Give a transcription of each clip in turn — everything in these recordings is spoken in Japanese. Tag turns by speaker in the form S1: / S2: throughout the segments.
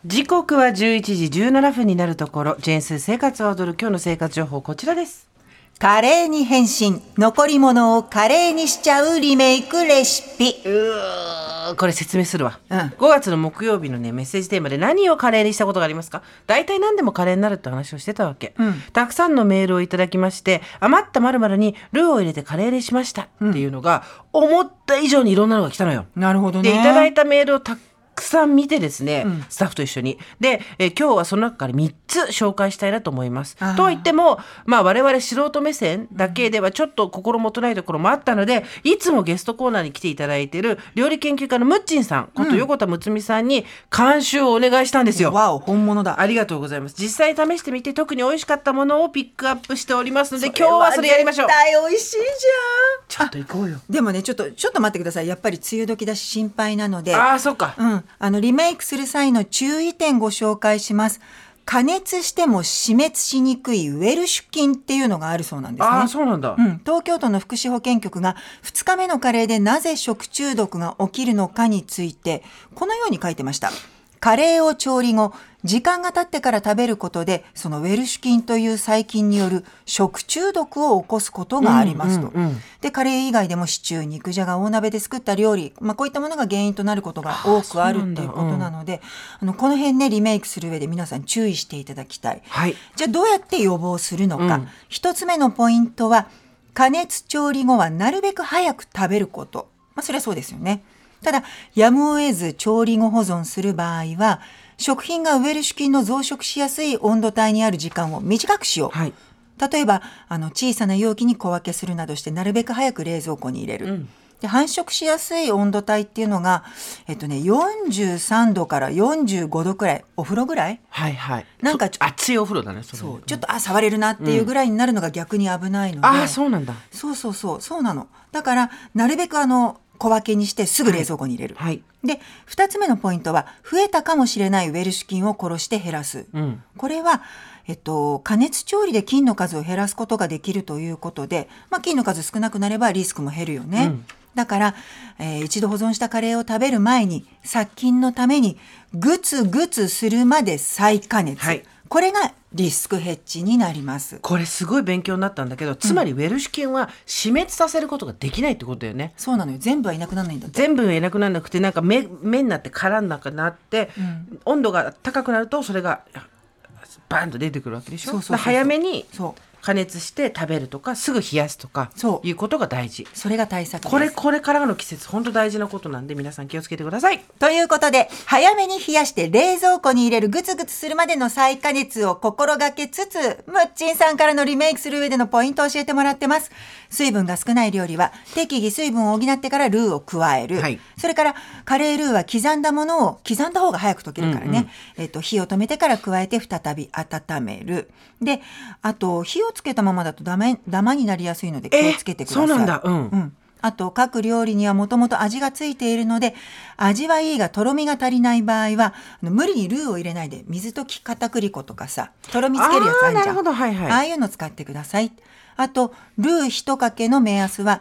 S1: 時刻は11時17分になるところ、ジェーンスー生活を踊る今日の生活情報、こちらです。
S2: カレーに変身、残り物をカレーにしちゃうリメイクレシピ。
S1: これ説明するわ、5月の木曜日のねメッセージテーマで何をカレーにしたことがありますか。大体何でもカレーになるって話をしてたわけ、たくさんのメールをいただきまして、余った〇〇にルーを入れてカレーにしましたっていうのが、思った以上にいろんなのが来たのよ。
S2: なるほどね。
S1: でいただいたメールをたくさん見てですね、スタッフと一緒にで、今日はその中から3つ紹介したいなと思います。とは言っても、我々素人目線だけではちょっと心もとないところもあったので、いつもゲストコーナーに来ていただいている料理研究家のムッチンさんこと横田睦美さんに監修をお願いしたんですよ。
S2: わお、本物だ。
S1: ありがとうございます。実際試してみて特に美味しかったものをピックアップしておりますので、今日はそれやりましょう。
S2: 絶対美味しいじゃん。
S1: ちょっと行こうよ。
S2: でもね、ちょっと待ってください。やっぱり梅雨時だし心配なので、
S1: そっか、
S2: リメイクする際の注意点ご紹介します。加熱しても死滅しにくいウェルシュ菌っていうのがあるそうなんですね。
S1: そうなんだ、
S2: 東京都の福祉保健局が2日目のカレーでなぜ食中毒が起きるのかについてこのように書いてました。カレーを調理後、時間が経ってから食べることで、そのウェルシュ菌という細菌による食中毒を起こすことがありますと。で、カレー以外でもシチュー、肉じゃが、大鍋で作った料理、こういったものが原因となることが多くあるっていうことなので、この辺ね、リメイクする上で皆さん注意していただきたい。じゃあどうやって予防するのか。一つ目のポイントは、加熱調理後はなるべく早く食べること。それはそうですよね。ただ、やむを得ず調理後保存する場合は、食品がウェルシュ菌の増殖しやすい温度帯にある時間を短くしよう。例えば、小さな容器に小分けするなどして、なるべく早く冷蔵庫に入れる。で、繁殖しやすい温度帯っていうのが、43度から45度くらい、お風呂ぐらい、なんか
S1: 熱いお風呂だね。
S2: そう、ちょっと触れるなっていうぐらいになるのが逆に危ないので。
S1: そうなんだ。
S2: そうなの。だからなるべく小分けにしてすぐ冷蔵庫に入れる。で、2つ目のポイントは、増えたかもしれないウェルシュ菌を殺して減らす。これは加熱調理で菌の数を減らすことができるということで、菌の数少なくなればリスクも減るよね。だから、一度保存したカレーを食べる前に殺菌のためにグツグツするまで再加熱、これがリスクヘッジになります。
S1: これすごい勉強になったんだけど、つまりウェルシュ菌は死滅させることができないってことだよね。
S2: そうなのよ。全部はいなくならないんだって。
S1: 全部はいなくならなくて、なんか目になって殻の中になって、温度が高くなるとそれがバーンと出てくるわけでしょ。早めに加熱して食べるとか、すぐ冷やすとかいうことが大事。
S2: それが対策です。
S1: これからの季節本当大事なことなんで、皆さん気をつけてください。
S2: ということで、早めに冷やして冷蔵庫に入れるグツグツするまでの再加熱を心がけつつ、ムッチンさんからのリメイクする上でのポイントを教えてもらってます。水分が少ない料理は適宜水分を補ってからルーを加える、それからカレールーは刻んだものを刻んだ方が早く溶けるからね、火を止めてから加えて再び温める。で、あと火をつけたままだとダマになりやすいので気をつけてください。
S1: そうなんだ。
S2: あと、各料理にはもともと味がついているので、味はいいがとろみが足りない場合は無理にルーを入れないで、水溶き片栗粉とかさ、とろみつけるやつあるじゃん。ああいうの使ってください。あと、ルー1かけの目安は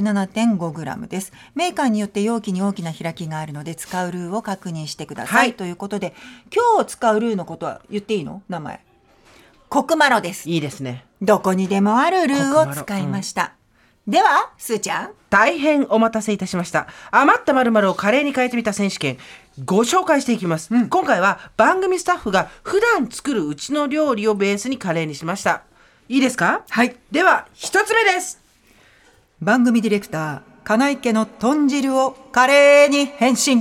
S2: 17.5g です。メーカーによって容器に大きな開きがあるので、使うルーを確認してください。ということで、今日使うルーのことは言っていいの？名前。コクマロです。
S1: いいですね。
S2: どこにでもあるルーを使いました。では、すーちゃん。
S1: 大変お待たせいたしました。余った〇〇をカレーに変えてみた選手権、ご紹介していきます。今回は番組スタッフが普段作るうちの料理をベースにカレーにしました。いいですか？では、一つ目です。
S2: 番組ディレクター、金井家の豚汁をカレーに変身。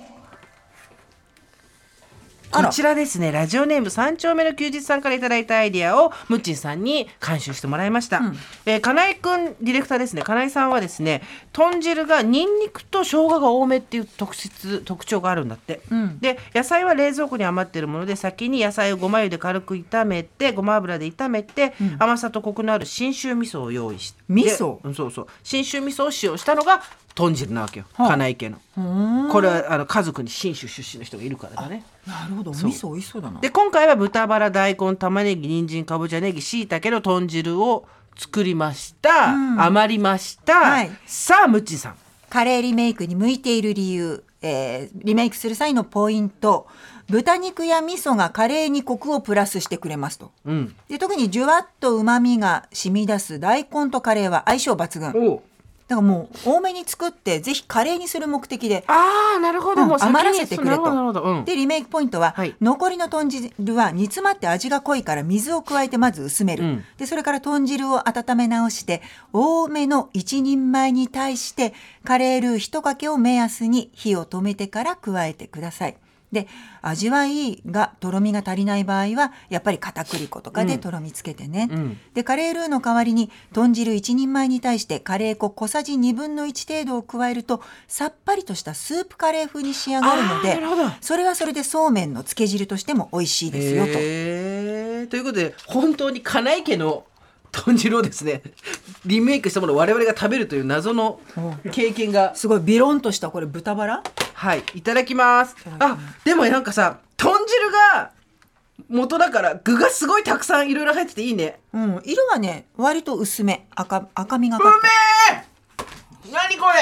S1: こちらですね、ラジオネーム3丁目の休日さんからいただいたアイディアをムッチンさんに監修してもらいました。金井くんディレクターですね。金井さんはですね、豚汁がニンニクと生姜が多めっていう特徴があるんだって、で、野菜は冷蔵庫に余っているもので、先に野菜をごま油で軽く炒めて、ごま油で炒めて、甘さとコクのある信州味噌を用意して、信州味噌を使用したのが豚汁なわけよ、金井家の。これは家族に信州出身の人がいるからだね。
S2: なるほど。味噌美味しそうだな。
S1: で、今回は豚バラ、大根、玉ねぎ、人参、かぼちゃ、ネギ、椎茸の豚汁を作りました。余りました。さあ、ムッチーさん。
S2: カレーリメイクに向いている理由、 リメイクする際のポイント、豚肉や味噌がカレーにコクをプラスしてくれますと、で特にじゅわっと旨味が染み出す大根とカレーは相性抜群。だからもう多めに作ってぜひカレーにする目的で、
S1: なるほど、もう
S2: 余らせてくれと。
S1: で
S2: リメイクポイントは、残りの豚汁は煮詰まって味が濃いから水を加えてまず薄める、でそれから豚汁を温め直して多めの1人前に対してカレールー1かけを目安に火を止めてから加えてください。で味わいがとろみが足りない場合はやっぱり片栗粉とかでとろみつけてね、でカレールーの代わりに豚汁1人前に対してカレー粉小さじ1/2程度を加えるとさっぱりとしたスープカレー風に仕上がるので、それはそれでそうめんのつけ汁としても美味しいですよと。
S1: ということで本当に金井家の豚汁をですねリメイクしたものを我々が食べるという謎の経験が
S2: すごいビロンとしたこれ豚バラ、
S1: はい、いただきます。でもなんかさ、豚汁が元だから具がすごいたくさんいろいろ入ってていいね。
S2: 色はね割と薄め、赤みがか
S1: う
S2: った。
S1: めえ。何こ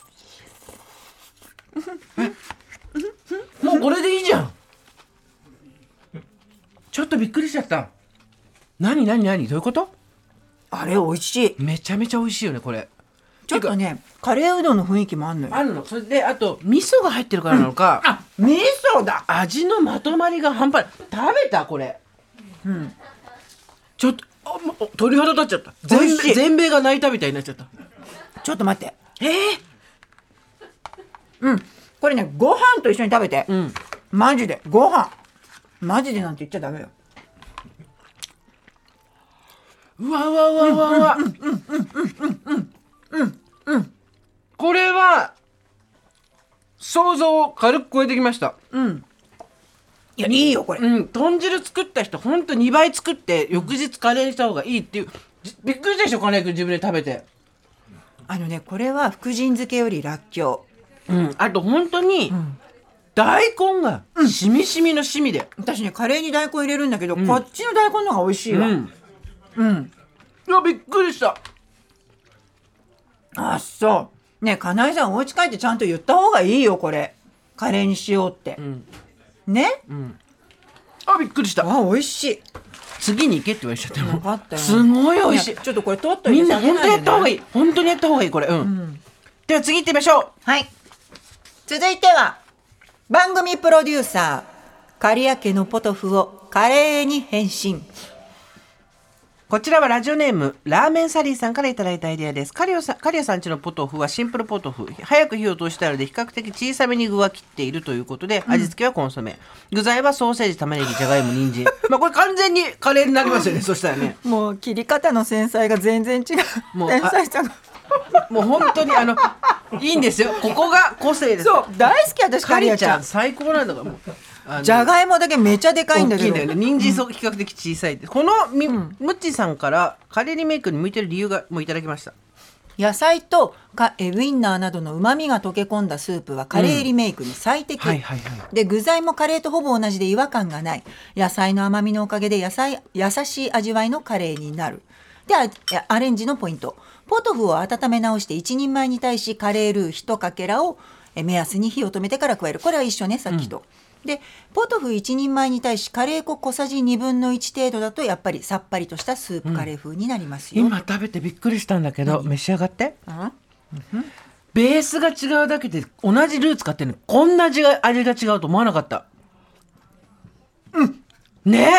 S1: れもうこれでいいじゃん。ちょっとびっくりしちゃった。何どういうこと？
S2: あれ美味しい。
S1: めちゃめちゃ美味しいよねこれ。
S2: ちょっとねカレーうどんの雰囲気もあるのよ。
S1: あるの。それであと味噌が入ってるからなのか、
S2: 味噌だ。
S1: 味のまとまりが半端ない。食べたこれ。ちょっともう鳥肌立っちゃった。全米が泣いたみたいになっちゃった。
S2: ちょっと待って。これねご飯と一緒に食べて、マジでご飯マジでなんて言っちゃダメよ。
S1: うわこれは想像を軽く超えてきました。
S2: いやいいよこれ。
S1: 豚汁作った人ほんと2倍作って翌日カレーにした方がいいっていう。びっくりしたでしょ金井君自分で食べて。
S2: これは福神漬けよりらっきょう、
S1: あと本当に、大根がしみしみのしみで、
S2: 私ねカレーに大根入れるんだけど、こっちの大根の方が美味しいわ。
S1: いやびっくりした。
S2: そうね、金井さんお家帰ってちゃんと言った方がいいよこれカレーにしようって、ね、
S1: びっくりした。
S2: 美味しい。
S1: 次に行けって言われちゃっても
S2: 分かったよ。
S1: すごい美味しい。
S2: ちょっとこれ取っといて
S1: みんな本当にやった方がいい。本当にやった方がいいこれ。では次行ってみましょう。
S2: はい、続いては番組プロデューサー刈谷家のポトフをカレーに変身。
S1: こちらはラジオネームラーメンサリーさんからいただいたアイデアです。刈谷さんちのポトフはシンプルポトフ、早く火を通したいので比較的小さめに具は切っているということで、味付けはコンソメ、具材はソーセージ、玉ねぎ、じゃがいも、人参これ完全にカレーになりますよねそしたらね。
S2: もう切り方の繊細が全然違う。
S1: もう
S2: 繊細さが
S1: もう本当にいいんですよ。ここが個性です。
S2: そう大好き私
S1: 刈谷ちゃん最高なんだから。もう
S2: じゃがいもだけめちゃでかいんだけど
S1: 大きいんだよね。人参比較的小さい。このムッチさんからカレーリメイクに向いてる理由がもういただきました。
S2: 野菜とウインナーなどの旨味が溶け込んだスープはカレーリメイクに最適、で具材もカレーとほぼ同じで違和感がない。野菜の甘みのおかげで優しい味わいのカレーになる。でアレンジのポイント、ポトフを温め直して1人前に対しカレールー1かけらを目安に火を止めてから加える。これは一緒ねさっきと、でポトフ1人前に対しカレー粉小さじ1/2程度だとやっぱりさっぱりとしたスープカレー風になりますよ。
S1: 今食べてびっくりしたんだけど、召し上がって。ベースが違うだけで同じルー使ってるのにこんな味が違うと思わなかった。ね。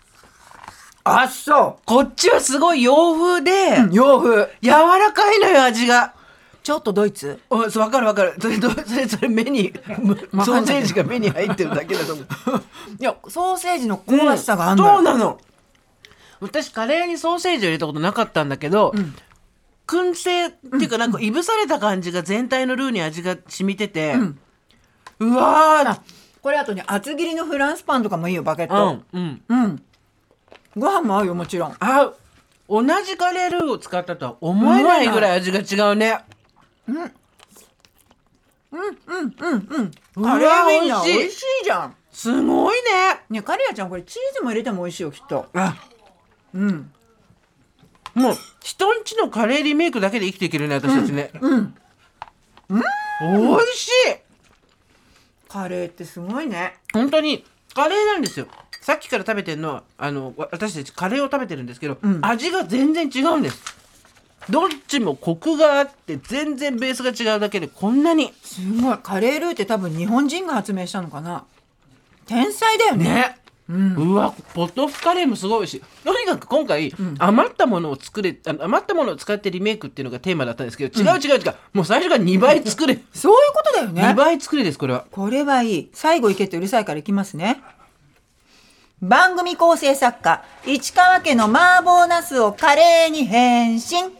S2: そう
S1: こっちはすごい洋風で、
S2: 洋風
S1: 柔らかいのよ味が。
S2: ちょっとドイツ。
S1: 分かる。それ目にソーセージが目に入ってるだけだと思う。
S2: いやソーセージの香ばしさがあるのよ。
S1: そうなの。私カレーにソーセージを入れたことなかったんだけど、燻製っていうかなんかいぶされた感じが全体のルーに味が染みてて、うわー。
S2: これあとね厚切りのフランスパンとかもいいよバケット。ご飯も合うよもちろん。
S1: 合う。同じカレールーを使ったとは思えないぐらい味が違うね。
S2: カレーウインナー美味しいじゃん。
S1: すごいね。
S2: ねカレーちゃんこれチーズも入れても美味しいよきっと。
S1: もう人んちのカレーリメイクだけで生きていけるね私たちね。美味しい。
S2: カレーってすごいね。
S1: 本当にカレーなんですよ。さっきから食べてるのは私たちカレーを食べてるんですけど、味が全然違うんです。どっちもコクがあって全然ベースが違うだけでこんなに
S2: すごい。カレールーって多分日本人が発明したのかな。天才だよね。
S1: うわ、ポトフカレーもすごいし、とにかく今回、余ったものを使ってリメイクっていうのがテーマだったんですけど、違う、もう最初から2倍作れ
S2: そういうことだよね。
S1: 2倍作れです。これ
S2: はいい。最後いけってうるさいからいきますね。番組構成作家市川家の麻婆茄子をカレーに変身。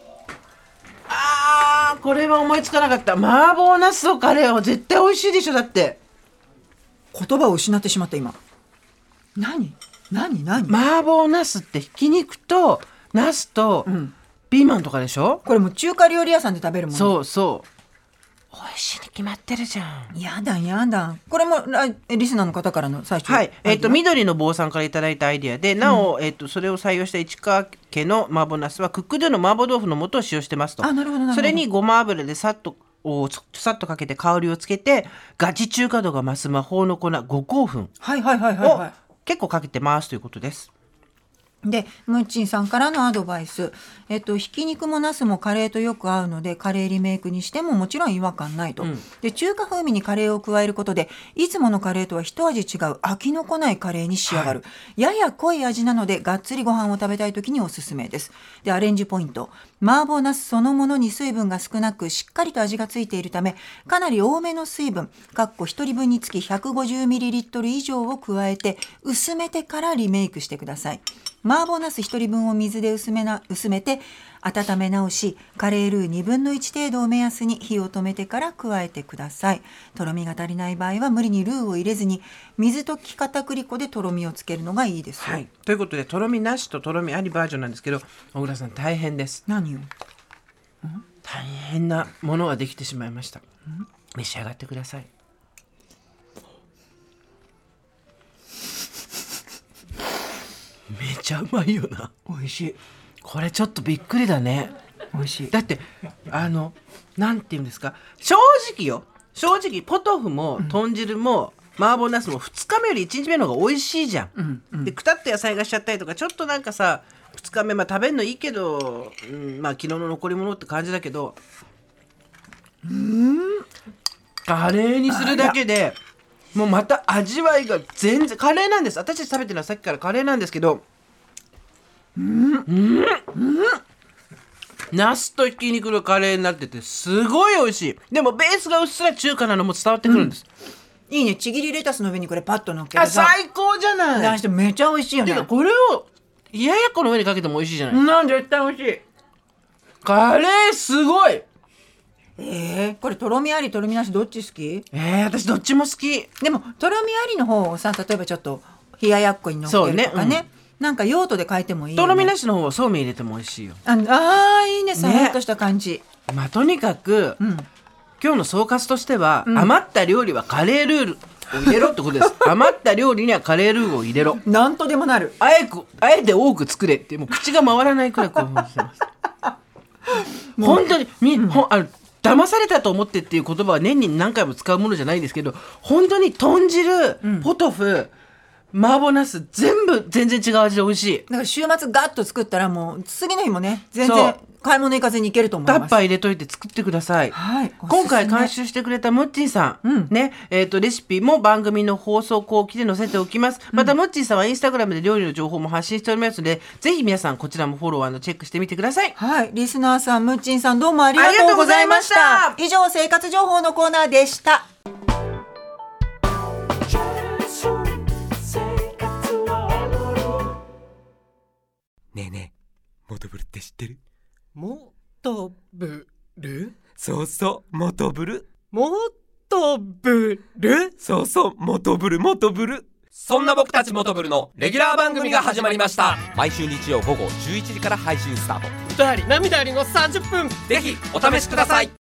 S1: これは思いつかなかった。麻婆茄子とカレーは絶対美味しいでしょ。だって
S2: 言葉を失ってしまった今。何
S1: 麻婆茄子ってひき肉と茄子とピーマンとかでしょ。
S2: これもう中華料理屋さんで食べるもん。
S1: そう美味しいに決まってるじゃん。
S2: やだ。これもリスナーの方からの最初。
S1: はい、緑の坊さんからいただいたアイディアで、なお、それを採用した市川家の麻婆茄子はクックドゥの麻婆豆腐の素を使用してますと。
S2: なるほど。
S1: それにごま油でさっとかけて香りをつけてガチ中華度が増す魔法の粉5香粉を結構かけてますということです。
S2: でムッチンさんからのアドバイス、ひき肉もナスもカレーとよく合うのでカレーリメイクにしてももちろん違和感ないと、で中華風味にカレーを加えることでいつものカレーとは一味違う飽きのこないカレーに仕上がる、やや濃い味なのでがっつりご飯を食べたい時におすすめです。でアレンジポイント、麻婆ナスそのものに水分が少なくしっかりと味がついているためかなり多めの水分1人分につき 150ml 以上を加えて薄めてからリメイクしてください。麻婆ナス1人分を水で薄めて温め直しカレールー1/2程度を目安に火を止めてから加えてください。とろみが足りない場合は無理にルーを入れずに水溶き片栗粉でとろみをつけるのがいいですよ。
S1: ということでとろみなしととろみありバージョンなんですけど、小倉さん大変です。
S2: 何よ。
S1: 大変なものができてしまいました。召し上がってください。めちゃうまいよな。
S2: 美味しい。
S1: これちょっとびっくりだね。
S2: 美味しい。
S1: だってなんていうんですか、正直ポトフも豚汁も麻婆茄子も2日目より1日目の方が美味しいじゃん、でくたっと野菜がしちゃったりとかちょっとなんかさ2日目食べるのいいけど、昨日の残り物って感じだけど、カレーにするだけでもうまた味わいが全然カレーなんです。私たち食べてるのはさっきからカレーなんですけど、ナスとひき肉のカレーになっててすごい美味しい。でもベースがうっすら中華なのも伝わってくるんです、
S2: いいね。ちぎりレタスの上にこれパッと乗っけてさ、
S1: 最高じゃない。
S2: してめちゃ美味しいよね。
S1: てかこれを冷ややっこの上にかけても美味しいじゃない。
S2: 絶対美味しい。
S1: カレーすごい。
S2: これとろみありとろみなしどっち好き？
S1: 私どっちも好き。
S2: でもとろみありの方をさ、例えばちょっと冷ややっこに乗っけるとかね、なんか用途で変えてもいいよね。
S1: とろみなしの方はそうめん入れても美味しいよ。
S2: いいね。さらっとした感じ、
S1: とにかく、今日の総括としては、余った料理はカレールーを入れろってことです余った料理にはカレールーを入れろ。
S2: なんとでもなる。
S1: あえて多く作れってもう口が回らないくらい興奮してます本当に騙されたと思ってっていう言葉は年に何回も使うものじゃないですけど、本当に豚汁、ポトフ、麻婆茄子全然違う味で美味しい。
S2: だから週末ガッと作ったらもう次の日もね全然買い物行かずに行けると思います。
S1: タッパー入れといて作ってください。今回監修してくれたムッチンさん、ね、レシピも番組の放送後期で載せておきます。またムッチンさんはインスタグラムで料理の情報も発信しておりますので、ぜひ皆さんこちらもフォローチェックしてみてください。
S2: リスナーさん、ムッチンさんどうもありがとうございました。以上、生活情報のコーナーでした。
S3: ねえねえ、モトブルって知ってる？
S4: モトブル？
S3: そうそう、モトブル。
S4: モトブル？
S3: そうそう、モトブル。そんな僕たちモトブルのレギュラー番組が始まりました。毎週日曜午後11時から配信スタート。
S4: 歌あり涙ありの30分、
S3: ぜひお試しください。